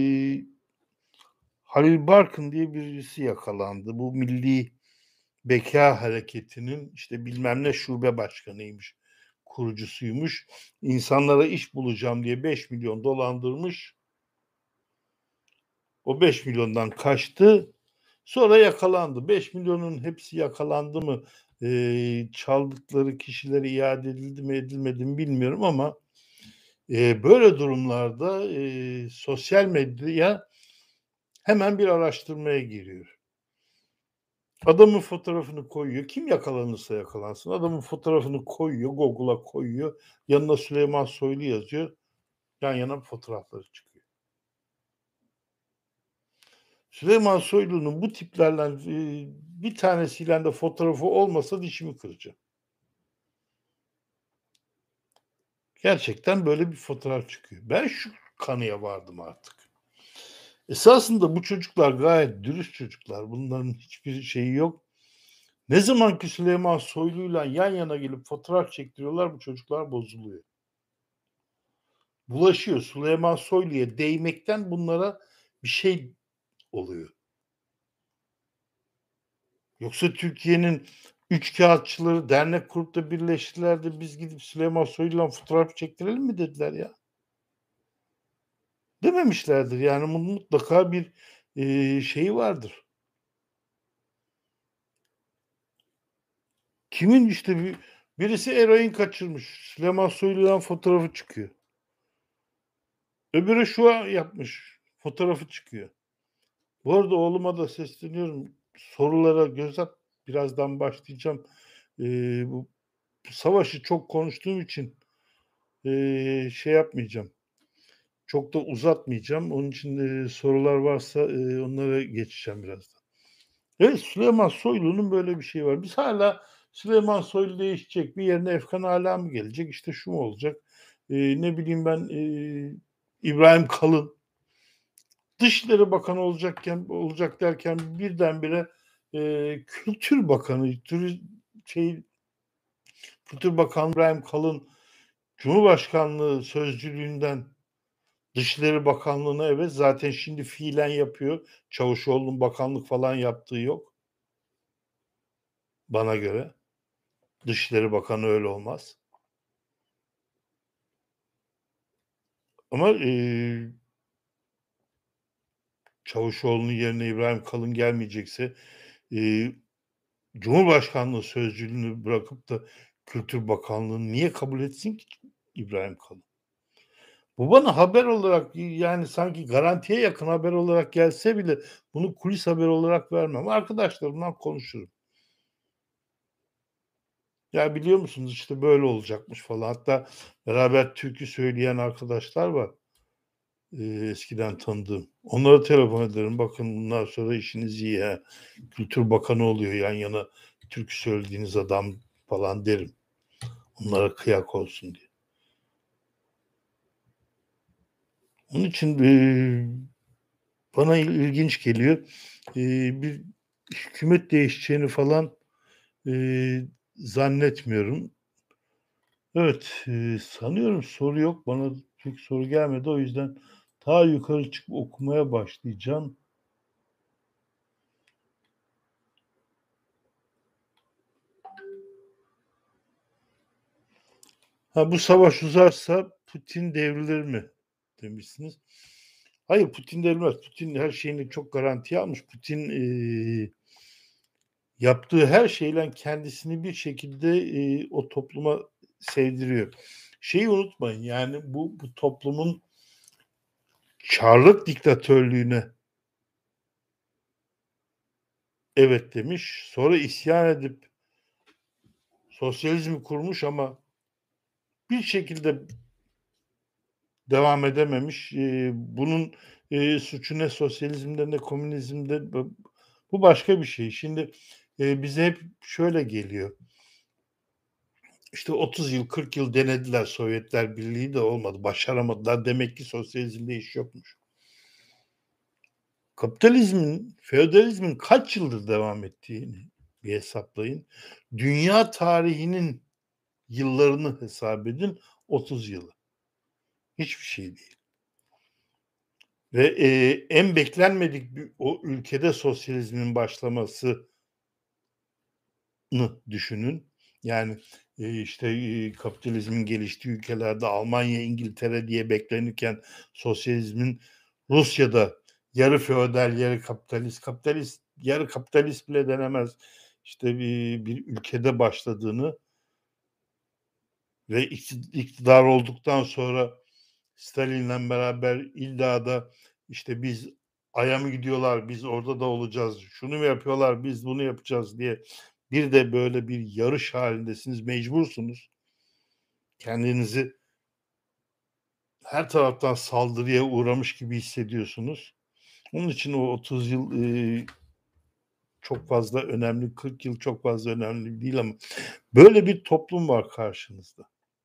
Halil Barkın diye birisi yakalandı. Bu Milli Beka Hareketi'nin işte bilmem ne şube başkanıymış, kurucusuymuş. İnsanlara iş bulacağım diye 5 milyon dolandırmış. O 5 milyondan kaçtı. Sonra yakalandı. 5 milyonun hepsi yakalandı mı? Çaldıkları kişilere iade edildi mi edilmedi mi bilmiyorum ama böyle durumlarda sosyal medya hemen bir araştırmaya giriyor. Adamın fotoğrafını koyuyor. Kim yakalanırsa yakalansın. Adamın fotoğrafını koyuyor. Google'a koyuyor. Yanına Süleyman Soylu yazıyor. Yan yana fotoğrafları çıkıyor. Süleyman Soylu'nun bu tiplerle bir tanesiyle de fotoğrafı olmasa dişimi kıracağım. Gerçekten böyle bir fotoğraf çıkıyor. Ben şu kanıya vardım artık. Esasında bu çocuklar gayet dürüst çocuklar. Bunların hiçbir şeyi yok. Ne zaman ki Süleyman Soylu'yla yan yana gelip fotoğraf çektiriyorlar bu çocuklar bozuluyor. Bulaşıyor. Süleyman Soylu'ya değmekten bunlara bir şey oluyor. Yoksa Türkiye'nin üçkağıtçıları dernek kurup da birleştiler de biz gidip Süleyman Soylu'yla fotoğraf çektirelim mi dediler ya. Dememişlerdir. Yani mutlaka bir, şeyi vardır. Kimin işte birisi eroin kaçırmış. Süleyman Soylu'dan fotoğrafı çıkıyor. Öbürü şu yapmış. Fotoğrafı çıkıyor. Bu arada oğluma da sesleniyorum. Sorulara göz at. Birazdan başlayacağım. Bu savaşı çok konuştuğum için, şey yapmayacağım. Çok da uzatmayacağım. Onun için, sorular varsa, onlara geçeceğim birazdan. Evet, Süleyman Soylu'nun böyle bir şeyi var. Biz hâlâ Süleyman Soylu değişecek, bir yerine Efkan Alâ mı gelecek, işte şu mu olacak, ne bileyim ben, İbrahim Kalın Dışişleri Bakanı olacak derken birdenbire, Kültür Bakanı, Kültür Bakanı İbrahim Kalın Cumhurbaşkanlığı sözcülüğünden Dışişleri Bakanlığı'na evet, zaten şimdi fiilen yapıyor. Çavuşoğlu'nun bakanlık falan yaptığı yok bana göre. Dışişleri Bakanı öyle olmaz. Ama, Çavuşoğlu'nun yerine İbrahim Kalın gelmeyecekse, eee, Cumhurbaşkanlığı sözcülüğünü bırakıp da Kültür Bakanlığı'nı niye kabul etsin ki İbrahim Kalın? Bu bana haber olarak, yani sanki garantiye yakın haber olarak gelse bile bunu kulis haberi olarak vermem. Arkadaşlarımla konuşurum. "Ya, biliyor musunuz, işte, böyle olacakmış." falan. Hatta beraber türkü söyleyen arkadaşlar var, eskiden tanıdığım. Onlara telefon ederim. "Bakın bundan sonra işiniz iyi ha. Kültür Bakanı oluyor yan yana türkü söylediğiniz adam." falan derim. Onlara kıyak olsun diye. Onun için, bana ilginç geliyor. Bir hükümet değişeceğini falan, zannetmiyorum. Evet, sanıyorum soru yok. Bana pek soru gelmedi. O yüzden ta yukarı çıkıp okumaya başlayacağım. Ha, "Bu savaş uzarsa Putin devrilir mi?" demişsiniz. Hayır, Putin devrilmez. Putin her şeyini çok garantiye almış. Putin, yaptığı her şeyle kendisini bir şekilde, o topluma sevdiriyor. Şeyi unutmayın, yani bu toplumun Çarlık diktatörlüğüne evet demiş. Sonra isyan edip sosyalizmi kurmuş ama bir şekilde devam edememiş. Bunun, suçu ne sosyalizmde ne komünizmde bu başka bir şey. Şimdi, bize hep şöyle geliyor. İşte 30 yıl, 40 yıl denediler Sovyetler Birliği de olmadı. Başaramadılar. Demek ki sosyalizmde iş yokmuş. Kapitalizmin, feodalizmin kaç yıldır devam ettiğini bir hesaplayın. Dünya tarihinin yıllarını hesap edin, 30 yılı. Hiçbir şey değil. Ve, en beklenmedik o ülkede sosyalizmin başlamasını düşünün. Yani, işte, kapitalizmin geliştiği ülkelerde Almanya, İngiltere diye beklenirken sosyalizmin Rusya'da yarı feodal, yarı kapitalist, yarı kapitalist bile denemez, işte, bir ülkede başladığını ve iktidar olduktan sonra Stalin'le beraber illa da, işte, biz Ay'a mı gidiyorlar, biz orada da olacağız, şunu mu yapıyorlar, biz bunu yapacağız diye bir de böyle bir yarış hâlindesiniz, mecbursunuz. Kendinizi her taraftan saldırıya uğramış gibi hissediyorsunuz. Onun için o 30 yıl, çok fazla önemli, 40 yıl çok fazla önemli değil ama böyle bir toplum var karşınızda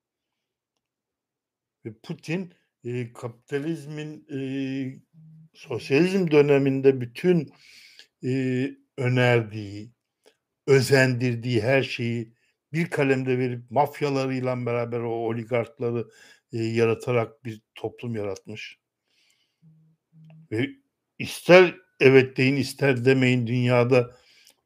ve Putin, kapitalizmin, sosyalizm döneminde bütün, önerdiği, özendirdiği her şeyi bir kalemde verip mafyalarıyla beraber o oligarkları, yaratarak bir toplum yaratmış ve ister evet deyin, ister demeyin dünyada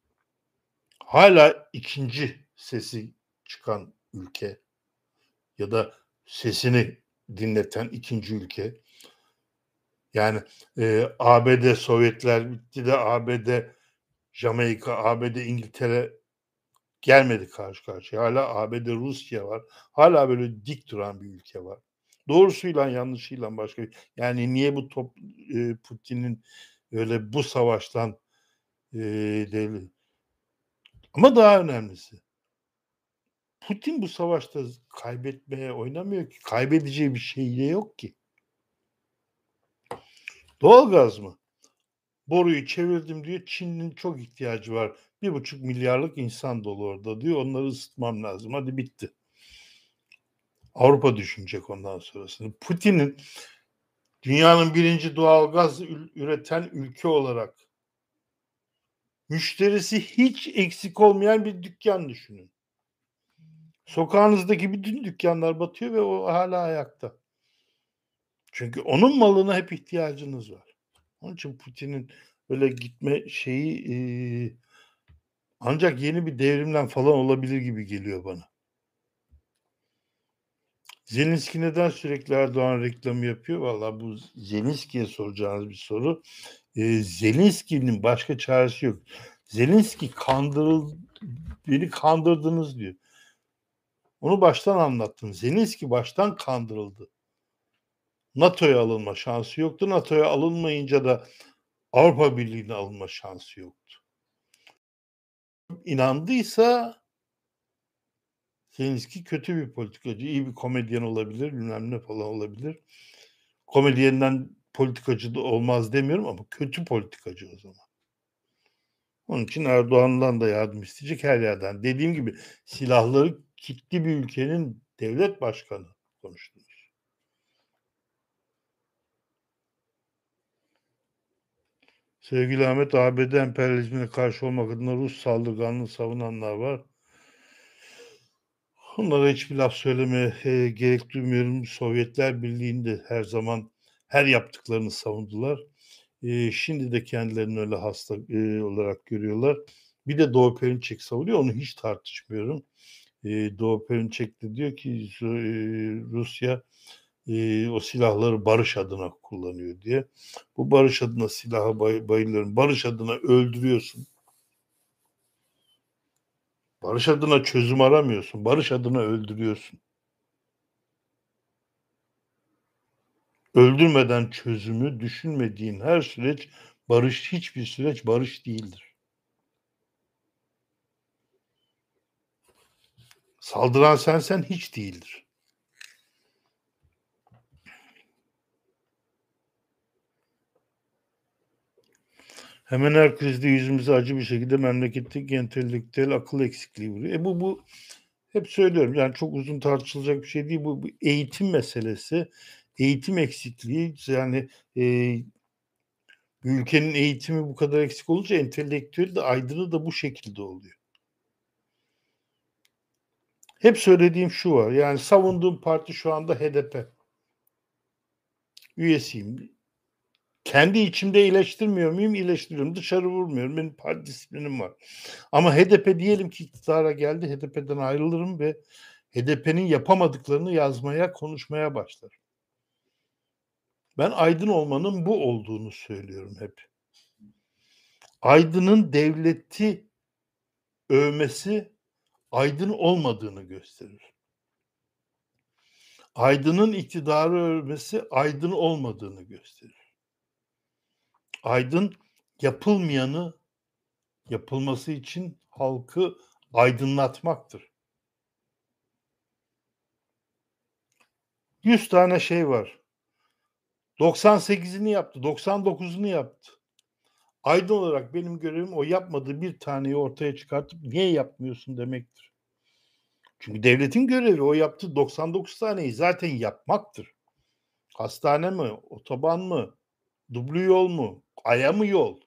hâlâ 2'nci sesi çıkan ülke ya da sesini dinleten 2'nci ülke. Yani, ABD, Sovyetler bitti de ABD, Jamaika, ABD, İngiltere gelmedi karşı karşıya. Hâlâ ABD, Rusya var. Hâlâ böyle dik duran bir ülke var. Doğrusuyla yanlışıyla başka yani niye bu Putin'in öyle bu savaştan, devlet ama daha önemlisi Putin bu savaşta kaybetmeye oynamıyor ki. Kaybedeceği bir şey de yok ki. Doğalgaz mı? Boruyu çevirdim diyor, Çin'in çok ihtiyacı var. 1,5 milyarlık insan dolu orada diyor, onları ısıtmam lazım. Hadi bitti. Avrupa düşünecek ondan sonrasını. Putin'in dünyanın birinci doğalgaz üreten ülke olarak müşterisi hiç eksik olmayan bir dükkan düşünün. Sokağınızdaki bütün dükkanlar batıyor ve o hâlâ ayakta. Çünkü onun malına hep ihtiyacınız var. Onun için Putin'in böyle gitme şeyi, ancak yeni bir devrimden falan olabilir gibi geliyor bana. Zelenski neden sürekli Erdoğan reklamı yapıyor? Valla bu Zelenski'ye soracağınız bir soru. Zelenski'nin başka çaresi yok. Zelenski beni kandırdınız diyor. Onu baştan anlattım. Zelenski baştan kandırıldı. NATO'ya alınma şansı yoktu. NATO'ya alınmayınca da Avrupa Birliği'ne alınma şansı yoktu. İnandıysa Zelenski kötü bir politikacı, iyi bir komedyen olabilir, bilmem ne falan olabilir. Komedyenden politikacı da olmaz demiyorum ama kötü politikacı o zaman. Onun için Erdoğan'dan da yardım isteyecek her yerden. Dediğim gibi silahları kilitli bir ülkenin devlet başkanı konuştunuz. Sevgili Ahmet, ABD emperyalizmine karşı olmak adına Rus saldırganlığı savunanlar var. Onlara hiçbir laf söylemeye gerek duymuyorum. Sovyetler Birliği'nde her zaman her yaptıklarını savundular. Şimdi de kendilerini öyle hasta olarak görüyorlar. Bir de Doğu Perinçek savunuyor. Onu hiç tartışmıyorum. Doğu Perinçek de diyor ki Rusya o silahları barış adına kullanıyor diye. Bu barış adına silaha bayılıyorum. Barış adına öldürüyorsun. Barış adına çözüm aramıyorsun. Barış adına öldürüyorsun. Öldürmeden çözümü düşünmediğin her süreç barış, hiçbir süreç barış değildir. Saldıran sensen hiç değildir. Hemen her krizde yüzümüze acı bir şekilde memleketteki entelektüel akıl eksikliği vuruyor. Bu hep söylüyorum, yani çok uzun tartışılacak bir şey değil. Bu eğitim meselesi. Eğitim eksikliği, yani ülkenin eğitimi bu kadar eksik olunca entelektüel de aydını da bu şekilde oluyor. Hep söylediğim şu var, yani savunduğum parti şu anda HDP. Üyesiyim. Kendi içimde iyileştirmiyor muyum? İyileştiriyorum. Dışarı vurmuyorum. Benim parti disiplinim var. Ama HDP diyelim ki iktidara geldi. HDP'den ayrılırım ve HDP'nin yapamadıklarını yazmaya, konuşmaya başlarım. Ben aydın olmanın bu olduğunu söylüyorum hep. Aydının devleti övmesi aydın olmadığını gösterir. Aydının iktidarı övmesi aydın olmadığını gösterir. Aydın yapılmayanı yapılması için halkı aydınlatmaktır. 100 tane şey var. 98'ini yaptı, 99'unu yaptı. Aydın olarak benim görevim o yapmadığı bir taneyi ortaya çıkartıp niye yapmıyorsun demektir. Çünkü devletin görevi o yaptığı 99 taneyi zaten yapmaktır. Hastane mi, otoban mı, dublu yol mu, aya mı yol,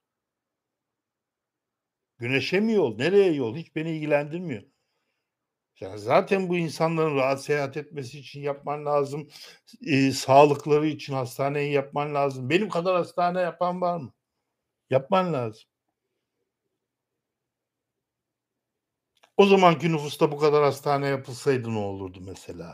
güneşe mi yol, nereye yol hiç beni ilgilendirmiyor. Yani zaten bu insanların rahat seyahat etmesi için yapman lazım. Sağlıkları için hastaneyi yapman lazım. Benim kadar hastane yapan var mı? Yapman lazım. O zamanki nüfusta bu kadar hastane yapılsaydı ne olurdu mesela?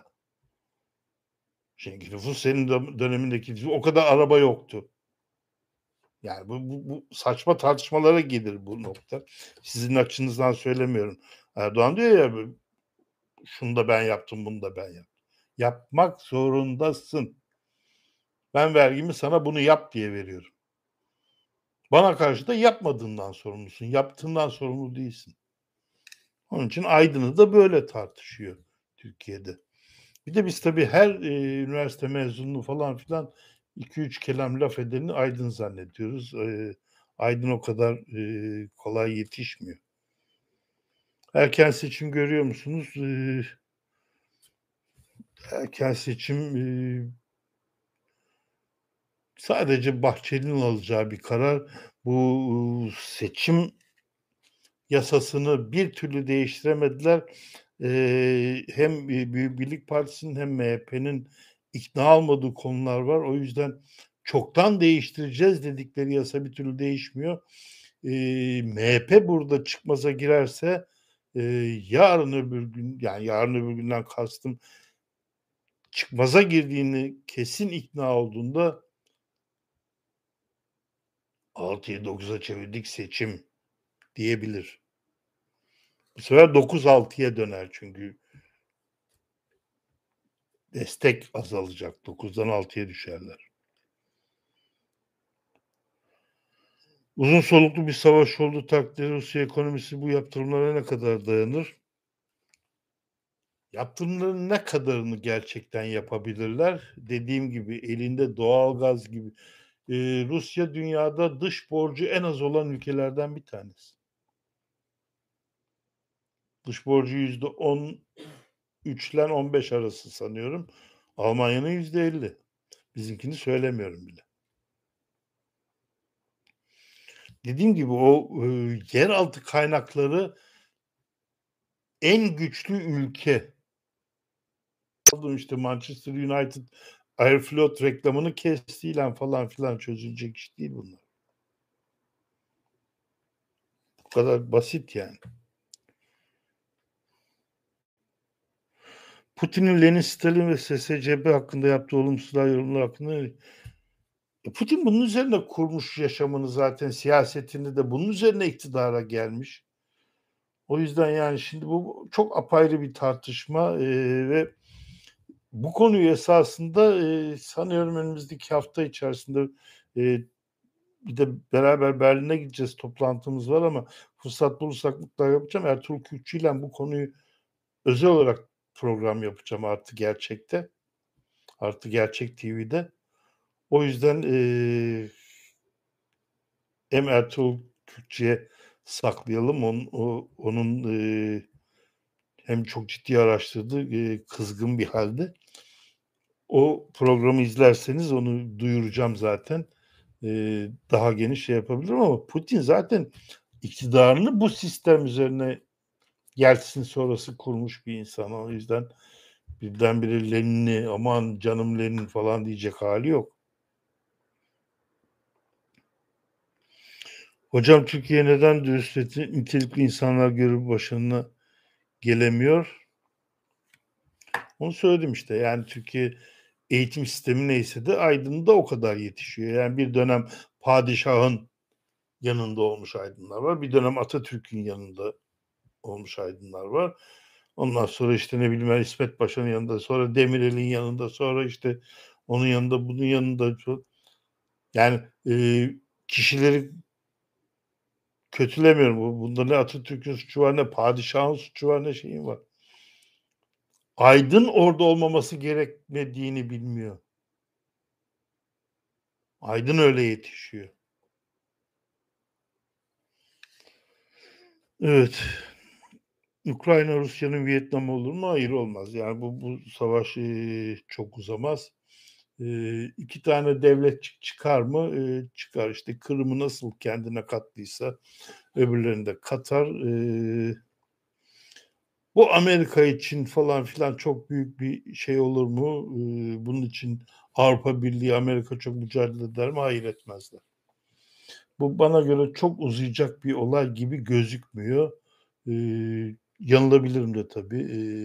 Çünkü nüfus senin dönemindeki o kadar araba yoktu. Yani bu saçma tartışmalara gelir bu nokta. Sizin açınızdan söylemiyorum. Erdoğan diyor ya, şunu da ben yaptım, bunu da ben yaptım. Yapmak zorundasın. Ben vergimi sana bunu yap diye veriyorum. Bana karşı da yapmadığından sorumlusun. Yaptığından sorumlu değilsin. Onun için Aydın'ı da böyle tartışıyor Türkiye'de. Bir de biz tabii her üniversite mezununu falan filan 2-3 kelam laf edeni Aydın zannediyoruz. Aydın o kadar kolay yetişmiyor. Erken seçim görüyor musunuz? Erken seçim sadece Bahçeli'nin alacağı bir karar. Bu seçim yasasını bir türlü değiştiremediler. Hem Büyük Birlik Partisi'nin hem MHP'nin ikna olmadığı konular var. O yüzden çoktan değiştireceğiz dedikleri yasa bir türlü değişmiyor. MHP burada çıkmaza girerse, yarın öbür gün, yani yarın öbür günden kastım çıkmaza girdiğini kesin ikna olduğunda 6'yı 9'a çevirdik seçim diyebilir. Bu sefer 9-6'ya döner çünkü destek azalacak. 9'dan 6'ya düşerler. Uzun soluklu bir savaş olduğu takdirde Rusya ekonomisi bu yaptırımlara ne kadar dayanır? Yaptırımların ne kadarını gerçekten yapabilirler? Dediğim gibi elinde doğalgaz gibi. Rusya dünyada dış borcu en az olan ülkelerden bir tanesi. Dış borcu %13'le 15 arası sanıyorum. Almanya'nın %50. Bizimkini söylemiyorum bile. Dediğim gibi o, yeraltı kaynakları en güçlü ülke. İşte Manchester United Aeroflot reklamını kestiyle falan filan çözülecek iş değil bunlar. Bu kadar basit yani. Putin'in Lenin, Stalin ve SSCB hakkında yaptığı olumsuz yorumlar hakkında Putin bunun üzerine kurmuş yaşamını zaten, siyasetini de bunun üzerine iktidara gelmiş. O yüzden yani şimdi bu çok apayrı bir tartışma, ve bu konuyu esasında, sanıyorum önümüzdeki hafta içerisinde, bir de beraber Berlin'e gideceğiz, toplantımız var ama fırsat bulursak mutlaka yapacağım. Ertuğrul Kürkçü'yle bu konuyu özel olarak program yapacağım Artı Gerçek'te. Artı Gerçek TV'de. O yüzden, hem Ertuğrul Kürkçü'ye saklayalım. Onun, hem çok ciddi araştırdığı, kızgın bir halde. O programı izlerseniz onu duyuracağım zaten. Daha geniş şey yapabilirim ama Putin zaten iktidarını bu sistem üzerine Yeltsin sonrası kurmuş bir insan. O yüzden birdenbire Lenin'i, aman canım Lenin falan diyecek hali yok. Hocam Türkiye neden dürüst ve nitelikli insanlar görevi başarına gelemiyor? Onu söyledim işte. Yani Türkiye eğitim sistemi neyse de aydın da o kadar yetişiyor. Yani bir dönem padişahın yanında olmuş aydınlar var. Bir dönem Atatürk'ün yanında olmuş aydınlar var. Ondan sonra işte ne bileyim İsmet Paşa'nın yanında, sonra Demirel'in yanında, sonra işte onun yanında, bunun yanında. Yani kişileri kötülemiyorum. Bunda ne Atatürk'ün suçu var, ne padişahın suçu var, ne şeyin var. Aydın orada olmaması gerekmediğini bilmiyor. Aydın öyle yetişiyor. Evet. Ukrayna Rusya'nın Vietnam'ı olur mu? Hayır, olmaz. Yani bu savaş çok uzamaz. 2 tane devlet çıkar mı? Çıkar. İşte Kırım'ı nasıl kendine kattıysa öbürlerini de katar. Bu Amerika için falan filan çok büyük bir şey olur mu? Bunun için Avrupa Birliği, Amerika çok mücadele eder mi? Hayır, etmezler. Bu bana göre çok uzayacak bir olay gibi gözükmüyor. Yanılabilirim de tabii.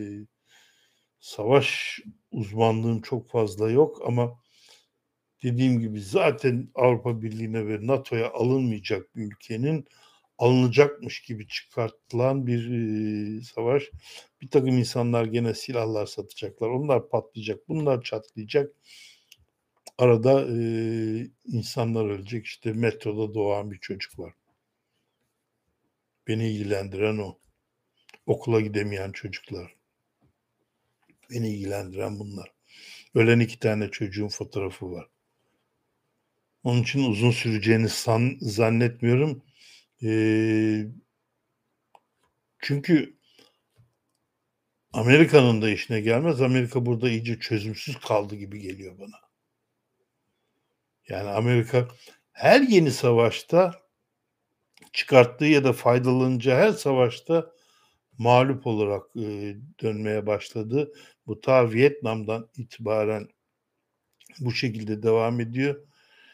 Savaş uzmanlığım çok fazla yok ama dediğim gibi zaten Avrupa Birliği'ne ve NATO'ya alınmayacak bir ülkenin alınacakmış gibi çıkartılan bir savaş. Bir takım insanlar gene silahlar satacaklar. Onlar patlayacak, bunlar çatlayacak. Arada insanlar ölecek. İşte metroda doğan bir çocuk var. Beni ilgilendiren o. Okula gidemeyen çocuklar. Beni ilgilendiren bunlar. Ölen 2 tane çocuğun fotoğrafı var. Onun için uzun süreceğini zannetmiyorum. Çünkü Amerika'nın da işine gelmez. Amerika burada iyice çözümsüz kaldı gibi geliyor bana. Yani Amerika her yeni savaşta çıkarttığı ya da faydalanacağı her savaşta mağlup olarak dönmeye başladı. Bu ta Vietnam'dan itibaren bu şekilde devam ediyor.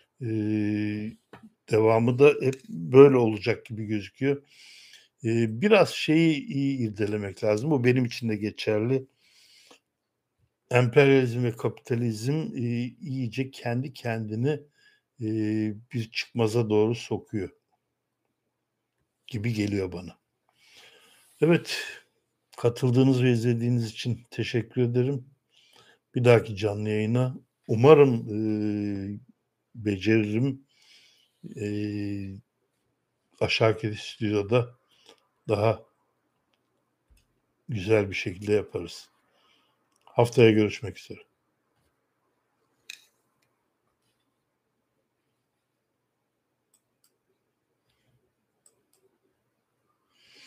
Devamı da hep böyle olacak gibi gözüküyor. Biraz şeyi iyi irdelemek lazım. Bu benim için de geçerli. Emperyalizm ve kapitalizm, iyice kendi kendini, bir çıkmaza doğru sokuyor gibi geliyor bana. Evet, katıldığınız ve izlediğiniz için teşekkür ederim. Bir dahaki canlı yayına umarım, beceririm. Eee Aşağıki stüdyoda daha güzel bir şekilde yaparız. Haftaya görüşmek üzere.